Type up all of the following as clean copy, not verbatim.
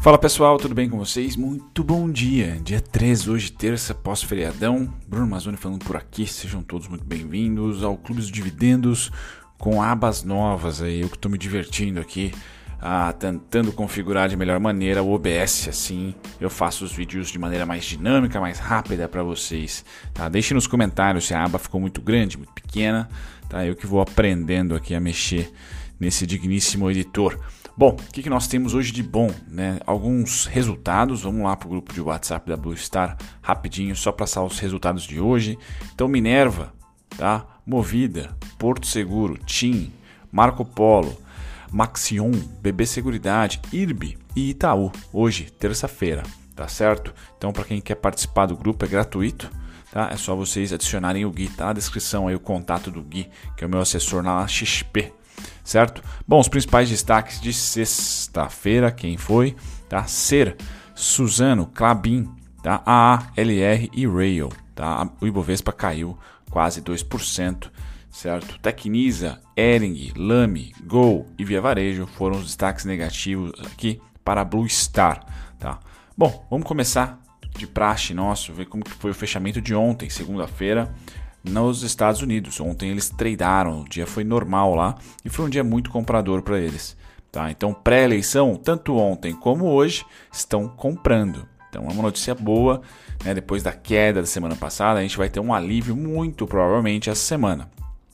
Fala pessoal, tudo bem com vocês? Muito bom dia! Dia 3, hoje terça, pós-feriadão. Bruno Mazzoni falando por aqui, sejam todos muito bem-vindos ao Clube dos Dividendos com abas novas aí. Eu que estou me divertindo aqui, tentando configurar de melhor maneira o OBS, assim eu faço os vídeos de maneira mais dinâmica, mais rápida para vocês. Tá? Deixe nos comentários se a aba ficou muito grande, muito pequena, tá? Eu que vou aprendendo aqui a mexer nesse digníssimo editor. Bom, o que nós temos hoje de bom, né? Alguns resultados, vamos lá para o grupo de WhatsApp da Blue Star rapidinho, só passar os resultados de hoje. Então, Minerva, tá? Movida, Porto Seguro, TIM, Marco Polo, Maxion, BB Seguridade, IRB e Itaú, hoje, terça-feira, tá certo? Então, para quem quer participar do grupo, é gratuito, tá? É só vocês adicionarem o Gui, tá na descrição aí o contato do Gui, que é o meu assessor na XP. Certo? Bom, os principais destaques de sexta-feira, quem foi? Tá? Ser, Suzano, Klabin, tá? AALR e Rail, tá? O Ibovespa caiu quase 2%, certo? Tecnisa, Hering, Lame, Gol e Via Varejo foram os destaques negativos aqui para a Blue Star, tá? Bom, vamos começar de praxe nosso, ver como que foi o fechamento de ontem, segunda-feira, nos Estados Unidos. Ontem eles tradearam, o dia foi normal lá e foi um dia muito comprador para eles. Tá? Então, pré-eleição, tanto ontem como hoje, estão comprando. Então, é uma notícia boa, né? Depois da queda da semana passada, a gente vai ter um alívio muito provavelmente essa semana.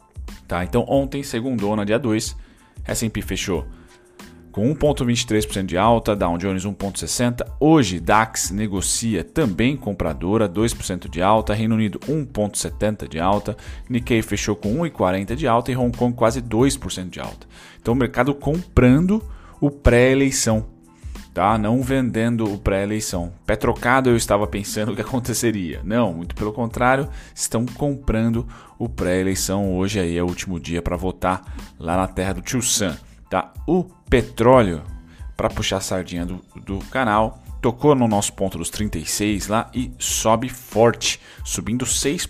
Tá? Então, ontem, segundona, dia 2, S&P fechou com 1,23% de alta, Dow Jones 1,60%. Hoje, DAX negocia também compradora, 2% de alta, Reino Unido 1,70% de alta, Nikkei fechou com 1,40% de alta e Hong Kong quase 2% de alta. Então, o mercado comprando o pré-eleição, tá? Não vendendo o pré-eleição. Pé trocado, eu estava pensando o que aconteceria. Não, muito pelo contrário, estão comprando o pré-eleição. Hoje aí é o último dia para votar lá na terra do Tio Sam. Tá? O petróleo, para puxar a sardinha do canal, tocou no nosso ponto dos 36 lá e sobe forte, subindo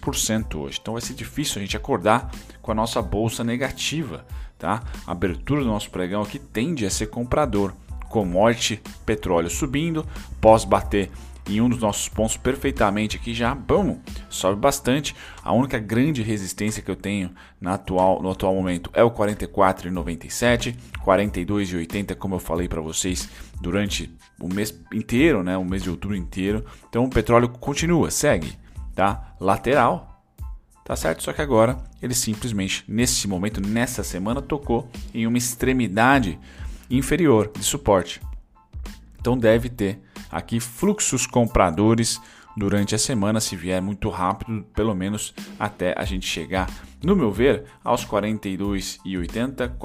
6% hoje. Então vai ser difícil a gente acordar com a nossa bolsa negativa. Tá? A abertura do nosso pregão aqui tende a ser comprador. Commodity, petróleo subindo, pós bater em um dos nossos pontos perfeitamente aqui já, bom, sobe bastante. A única grande resistência que eu tenho no atual momento é o 44,97, 42,80, como eu falei para vocês durante o mês inteiro, né, o mês de outubro inteiro. Então o petróleo continua, segue, tá? Lateral, tá certo? Só que agora ele simplesmente, nesse momento, nessa semana, tocou em uma extremidade inferior de suporte. Então deve ter aqui fluxos compradores durante a semana, se vier muito rápido, pelo menos até a gente chegar, no meu ver, aos 42,80,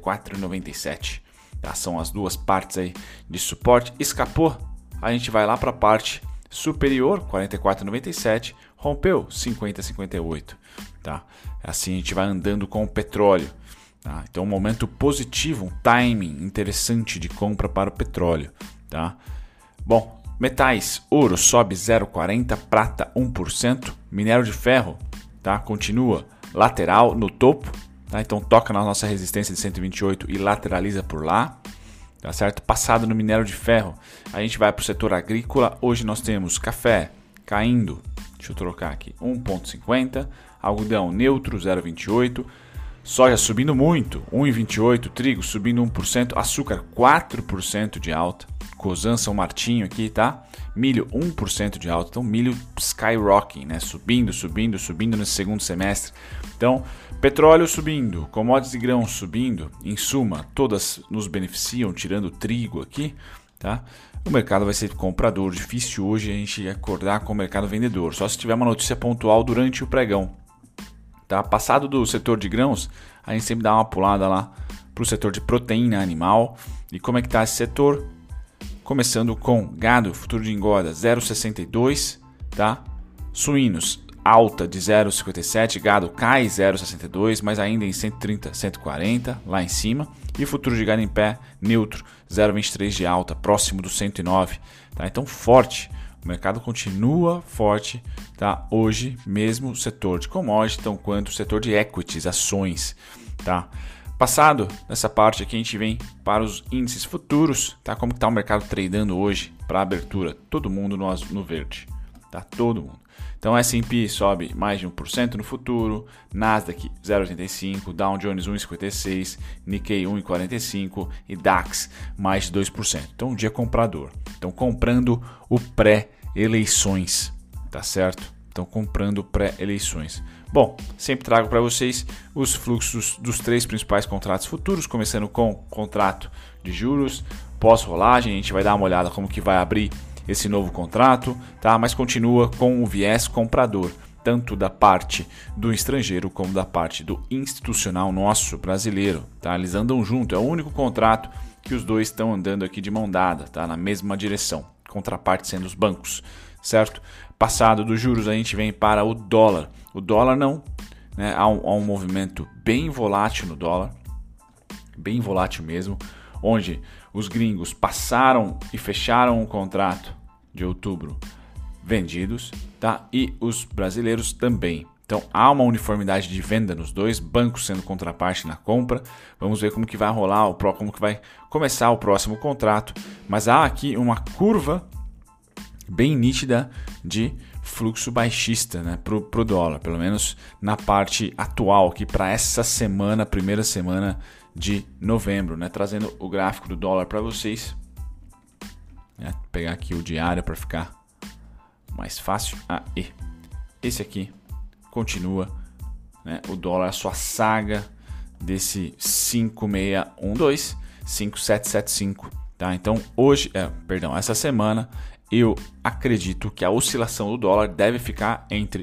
44,97. Tá? São as duas partes aí de suporte. Escapou, a gente vai lá para a parte superior, 44,97, rompeu 50,58. Tá? Assim a gente vai andando com o petróleo. Tá? Então um momento positivo, um timing interessante de compra para o petróleo. Tá? Bom, metais, ouro sobe 0,40, prata 1%, minério de ferro, tá? Continua lateral no topo, tá? Então toca na nossa resistência de 128 e lateraliza por lá, tá certo? Passado no minério de ferro, a gente vai para o setor agrícola. Hoje nós temos café caindo, deixa eu trocar aqui, 1,50, algodão neutro 0,28, soja subindo muito, 1,28, trigo subindo 1%, açúcar 4% de alta, Cosan São Martinho aqui, tá? Milho 1% de alta, então milho skyrocketing, né? Subindo nesse segundo semestre. Então, petróleo subindo, commodities e grãos subindo, em suma, todas nos beneficiam, tirando o trigo aqui, tá? O mercado vai ser comprador, difícil hoje a gente acordar com o mercado vendedor, só se tiver uma notícia pontual durante o pregão. Tá? Passado do setor de grãos, a gente sempre dá uma pulada lá para o setor de proteína animal. E como é que está esse setor? Começando com gado, futuro de engorda 0,62, tá? Suínos, alta de 0,57, gado cai 0,62, mas ainda em 130, 140, lá em cima. E futuro de gado em pé, neutro, 0,23 de alta, próximo do 109. Tá? Então forte. O mercado continua forte, tá? Hoje mesmo o setor de commodities, então quanto o setor de equities, ações, tá? Passado nessa parte aqui, a gente vem para os índices futuros, tá? Como está o mercado tradando hoje para a abertura? Todo mundo no verde, tá? Todo mundo. Então, S&P sobe mais de 1% no futuro, Nasdaq 0,85%, Dow Jones 1,56%, Nikkei 1,45% e DAX mais de 2%. Então, um dia comprador. Então, comprando o pré-eleições, tá certo? Então, comprando pré-eleições. Bom, sempre trago para vocês os fluxos dos 3 principais contratos futuros, começando com o contrato de juros, pós-rolagem. A gente vai dar uma olhada como que vai abrir esse novo contrato, tá? Mas continua com o viés comprador, tanto da parte do estrangeiro como da parte do institucional nosso brasileiro, tá? Eles andam junto, é o único contrato que os dois estão andando aqui de mão dada, tá? Na mesma direção, contraparte sendo os bancos, certo? Passado dos juros, a gente vem para o dólar. O dólar não, né? Há um movimento bem volátil no dólar, bem volátil mesmo, onde os gringos passaram e fecharam um contrato de outubro vendidos, tá? E os brasileiros também. Então há uma uniformidade de venda nos dois, bancos sendo contraparte na compra. Vamos ver como que vai rolar, como que vai começar o próximo contrato. Mas há aqui uma curva bem nítida de fluxo baixista, né, pro dólar, pelo menos na parte atual aqui para essa semana, primeira semana de novembro, né, trazendo o gráfico do dólar para vocês. Vou pegar aqui o diário para ficar mais fácil. Aí, esse aqui continua, né, o dólar, a sua saga desse 5612, 5775, tá? Então hoje, essa semana eu acredito que a oscilação do dólar deve ficar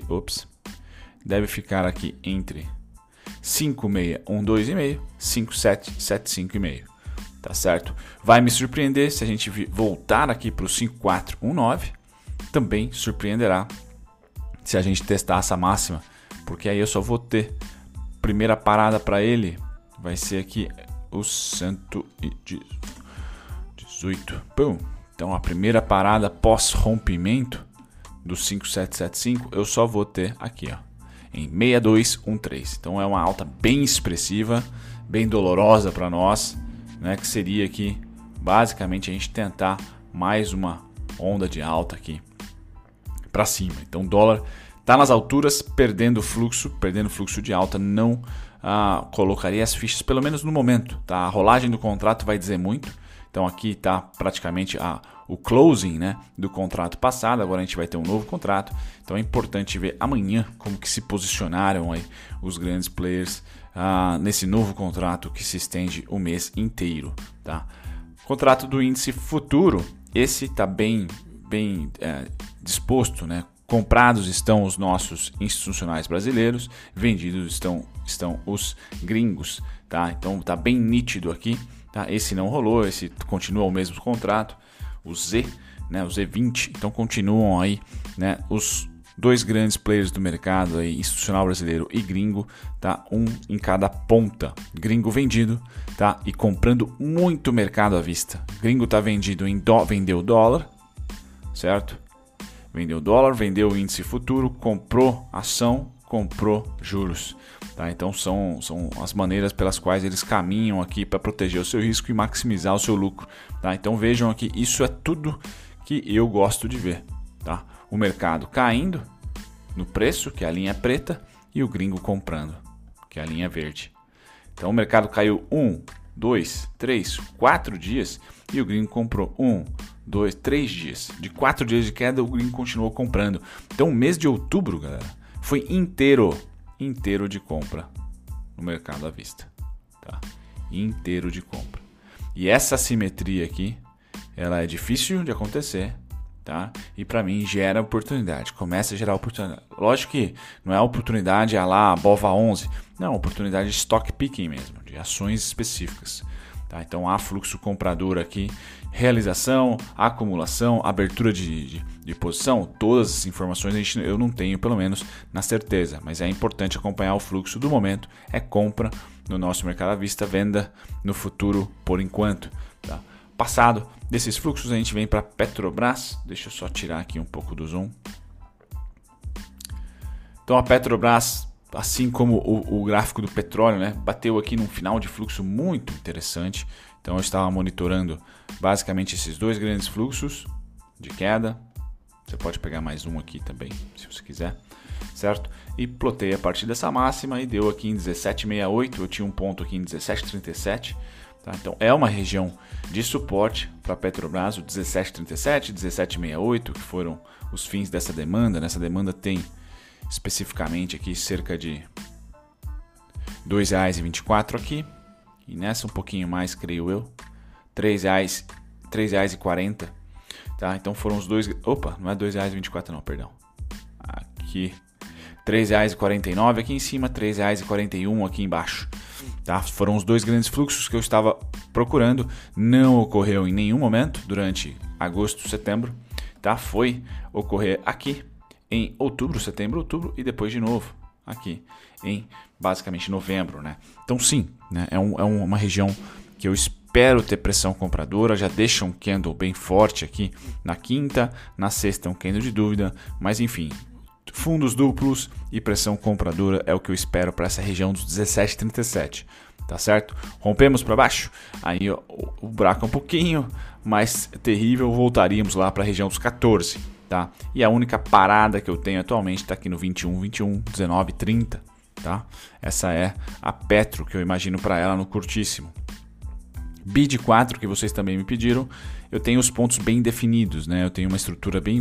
aqui entre 5612,5, 5775,5, tá certo? Vai me surpreender se a gente voltar aqui para o 5419, também surpreenderá se a gente testar essa máxima, porque aí eu só vou ter primeira parada para ele, vai ser aqui o 118. Pum. Então a primeira parada pós rompimento do 5775 eu só vou ter aqui, ó, em 6213. Então é uma alta bem expressiva, bem dolorosa para nós, né, que seria aqui basicamente a gente tentar mais uma onda de alta aqui para cima. Então o dólar está nas alturas, perdendo fluxo de alta, não colocaria as fichas, pelo menos no momento, tá? A rolagem do contrato vai dizer muito. Então aqui está praticamente o closing, né, do contrato passado, agora a gente vai ter um novo contrato. Então é importante ver amanhã como que se posicionaram aí os grandes players nesse novo contrato que se estende o mês inteiro. Tá? Contrato do índice futuro, esse está bem disposto, né? Comprados estão os nossos institucionais brasileiros, vendidos estão os gringos. Tá? Então está bem nítido aqui. Tá? Esse não rolou, esse continua o mesmo contrato, o Z, né, o Z20, então continuam aí, né, os dois grandes players do mercado, aí, institucional brasileiro e gringo, tá? Um em cada ponta, gringo vendido, tá? E comprando muito mercado à vista. Gringo tá vendido vendeu dólar, certo? Vendeu dólar, vendeu o índice futuro, comprou ação, comprou juros. Tá? Então são as maneiras pelas quais eles caminham aqui para proteger o seu risco e maximizar o seu lucro. Tá? Então vejam aqui, isso é tudo que eu gosto de ver. Tá? O mercado caindo no preço, que é a linha preta, e o gringo comprando, que é a linha verde. Então o mercado caiu 1, 2, 3, 4 dias e o gringo comprou 1, 2, 3 dias. De 4 dias de queda o gringo continuou comprando. Então o mês de outubro, galera, foi inteiro de compra no mercado à vista, tá? Inteiro de compra. E essa assimetria aqui, ela é difícil de acontecer, tá? E para mim gera oportunidade, começa a gerar oportunidade. Lógico que não é oportunidade a BOVA 11, não, oportunidade de stock picking mesmo, de ações específicas. Tá? Então há fluxo comprador aqui, realização, acumulação, abertura de posição, todas as informações eu não tenho, pelo menos na certeza, mas é importante acompanhar o fluxo do momento, é compra no nosso mercado à vista, venda no futuro por enquanto. Tá? Passado desses fluxos a gente vem para Petrobras, deixa eu só tirar aqui um pouco do zoom. Então a Petrobras assim como o gráfico do petróleo, né, bateu aqui num final de fluxo muito interessante. Então eu estava monitorando basicamente esses dois grandes fluxos de queda. Você pode pegar mais um aqui também, se você quiser, certo? E plotei a partir dessa máxima e deu aqui em 17,68. Eu tinha um ponto aqui em 17,37. Tá? Então é uma região de suporte para a Petrobras, o 17,37, 17,68, que foram os fins dessa demanda. Essa demanda tem especificamente aqui cerca de R$ 2,24 aqui. E nessa um pouquinho mais, creio eu, R$ 3,40. Tá? Então foram os dois... Opa, não é R$ 2,24 não, perdão. Aqui, R$ 3,49 aqui em cima, R$ 3,41 aqui embaixo. Tá? Foram os dois grandes fluxos que eu estava procurando. Não ocorreu em nenhum momento durante agosto, setembro. Tá? Foi ocorrer aqui em outubro, setembro, outubro e depois de novo aqui em basicamente novembro, né? Então sim, né? É uma região que eu espero ter pressão compradora. Já deixa um candle bem forte aqui na quinta, na sexta um candle de dúvida, mas enfim, fundos duplos e pressão compradora é o que eu espero para essa região dos 17,37, tá certo? Rompemos para baixo, aí ó, o buraco é um pouquinho mais terrível, voltaríamos lá para a região dos 14, tá? E a única parada que eu tenho atualmente está aqui no 21, 19, 30, tá? Essa é a Petro que eu imagino para ela no curtíssimo. BID 4, que vocês também me pediram, eu tenho os pontos bem definidos, né? Eu tenho uma estrutura bem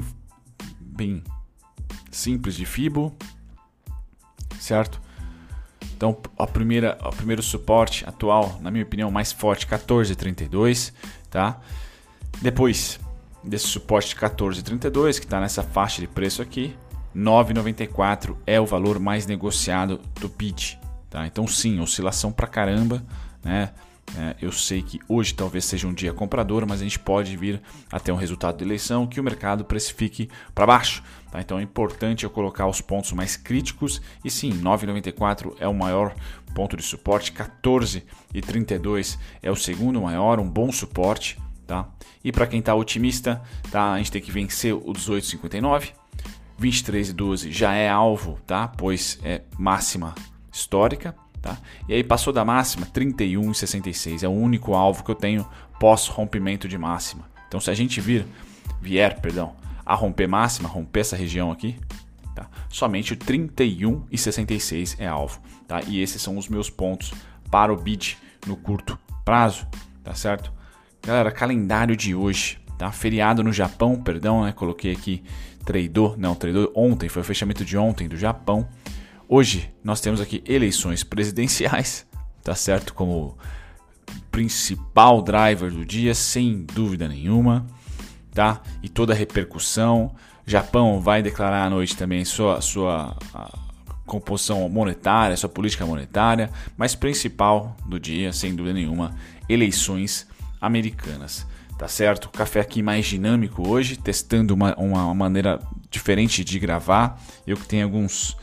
simples de Fibo, certo? Então, o primeiro suporte atual, na minha opinião, mais forte, 14,32, tá? Depois desse suporte de 14,32, que está nessa faixa de preço aqui, 9,94 é o valor mais negociado do BID, tá? Então, sim, oscilação pra caramba, né? Eu sei que hoje talvez seja um dia comprador, mas a gente pode vir até um resultado de eleição que o mercado precifique para baixo. Tá? Então é importante eu colocar os pontos mais críticos. E sim, 9,94 é o maior ponto de suporte, 14,32 é o segundo maior, um bom suporte. Tá? E para quem está otimista, tá? A gente tem que vencer o 18,59, 23,12 já é alvo, tá? Pois é máxima histórica. Tá? E aí passou da máxima, 31,66 é o único alvo que eu tenho pós rompimento de máxima. Então se a gente vier a romper máxima, romper essa região aqui, tá? Somente o 31,66 é alvo. Tá? E esses são os meus pontos para o BID no curto prazo, tá certo? Galera, calendário de hoje, tá? Feriado no Japão, né? Coloquei aqui tradou ontem, foi o fechamento de ontem do Japão. Hoje nós temos aqui eleições presidenciais, tá certo? Como principal driver do dia, sem dúvida nenhuma, tá? E toda a repercussão. Japão vai declarar à noite também sua composição monetária, sua política monetária, mas principal do dia, sem dúvida nenhuma, eleições americanas, tá certo? Café aqui mais dinâmico hoje, testando uma maneira diferente de gravar. Eu que tenho alguns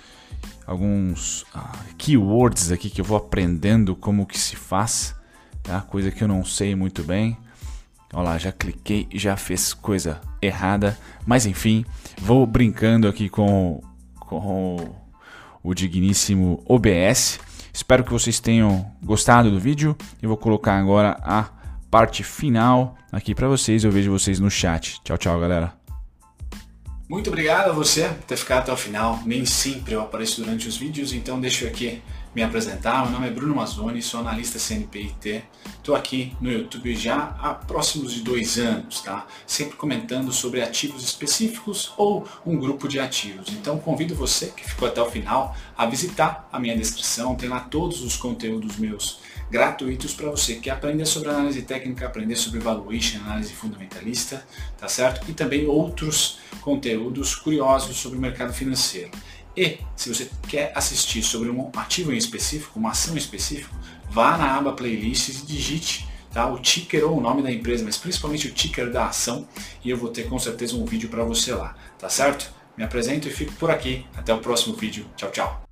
keywords aqui que eu vou aprendendo como que se faz, tá? Coisa que eu não sei muito bem. Olha lá, já cliquei e já fez coisa errada, mas enfim, vou brincando aqui com o digníssimo OBS. Espero que vocês tenham gostado do vídeo. Eu vou colocar agora a parte final aqui para vocês. Eu vejo vocês no chat. Tchau, tchau, galera. Muito obrigado a você por ter ficado até o final. Nem sempre eu apareço durante os vídeos, então deixa eu aqui me apresentar. Meu nome é Bruno Mazzoni, sou analista CNPIT. Estou aqui no YouTube já há próximos de 2 anos, tá? Sempre comentando sobre ativos específicos ou um grupo de ativos. Então convido você que ficou até o final a visitar a minha descrição. Tem lá todos os conteúdos meus gratuitos para você que aprender sobre análise técnica, aprender sobre valuation, análise fundamentalista, tá certo? E também outros conteúdos curiosos sobre o mercado financeiro. E se você quer assistir sobre um ativo em específico, uma ação em específico, vá na aba playlists e digite, tá, o ticker ou o nome da empresa, mas principalmente o ticker da ação, e eu vou ter com certeza um vídeo para você lá, tá certo? Me apresento e fico por aqui. Até o próximo vídeo. Tchau, tchau.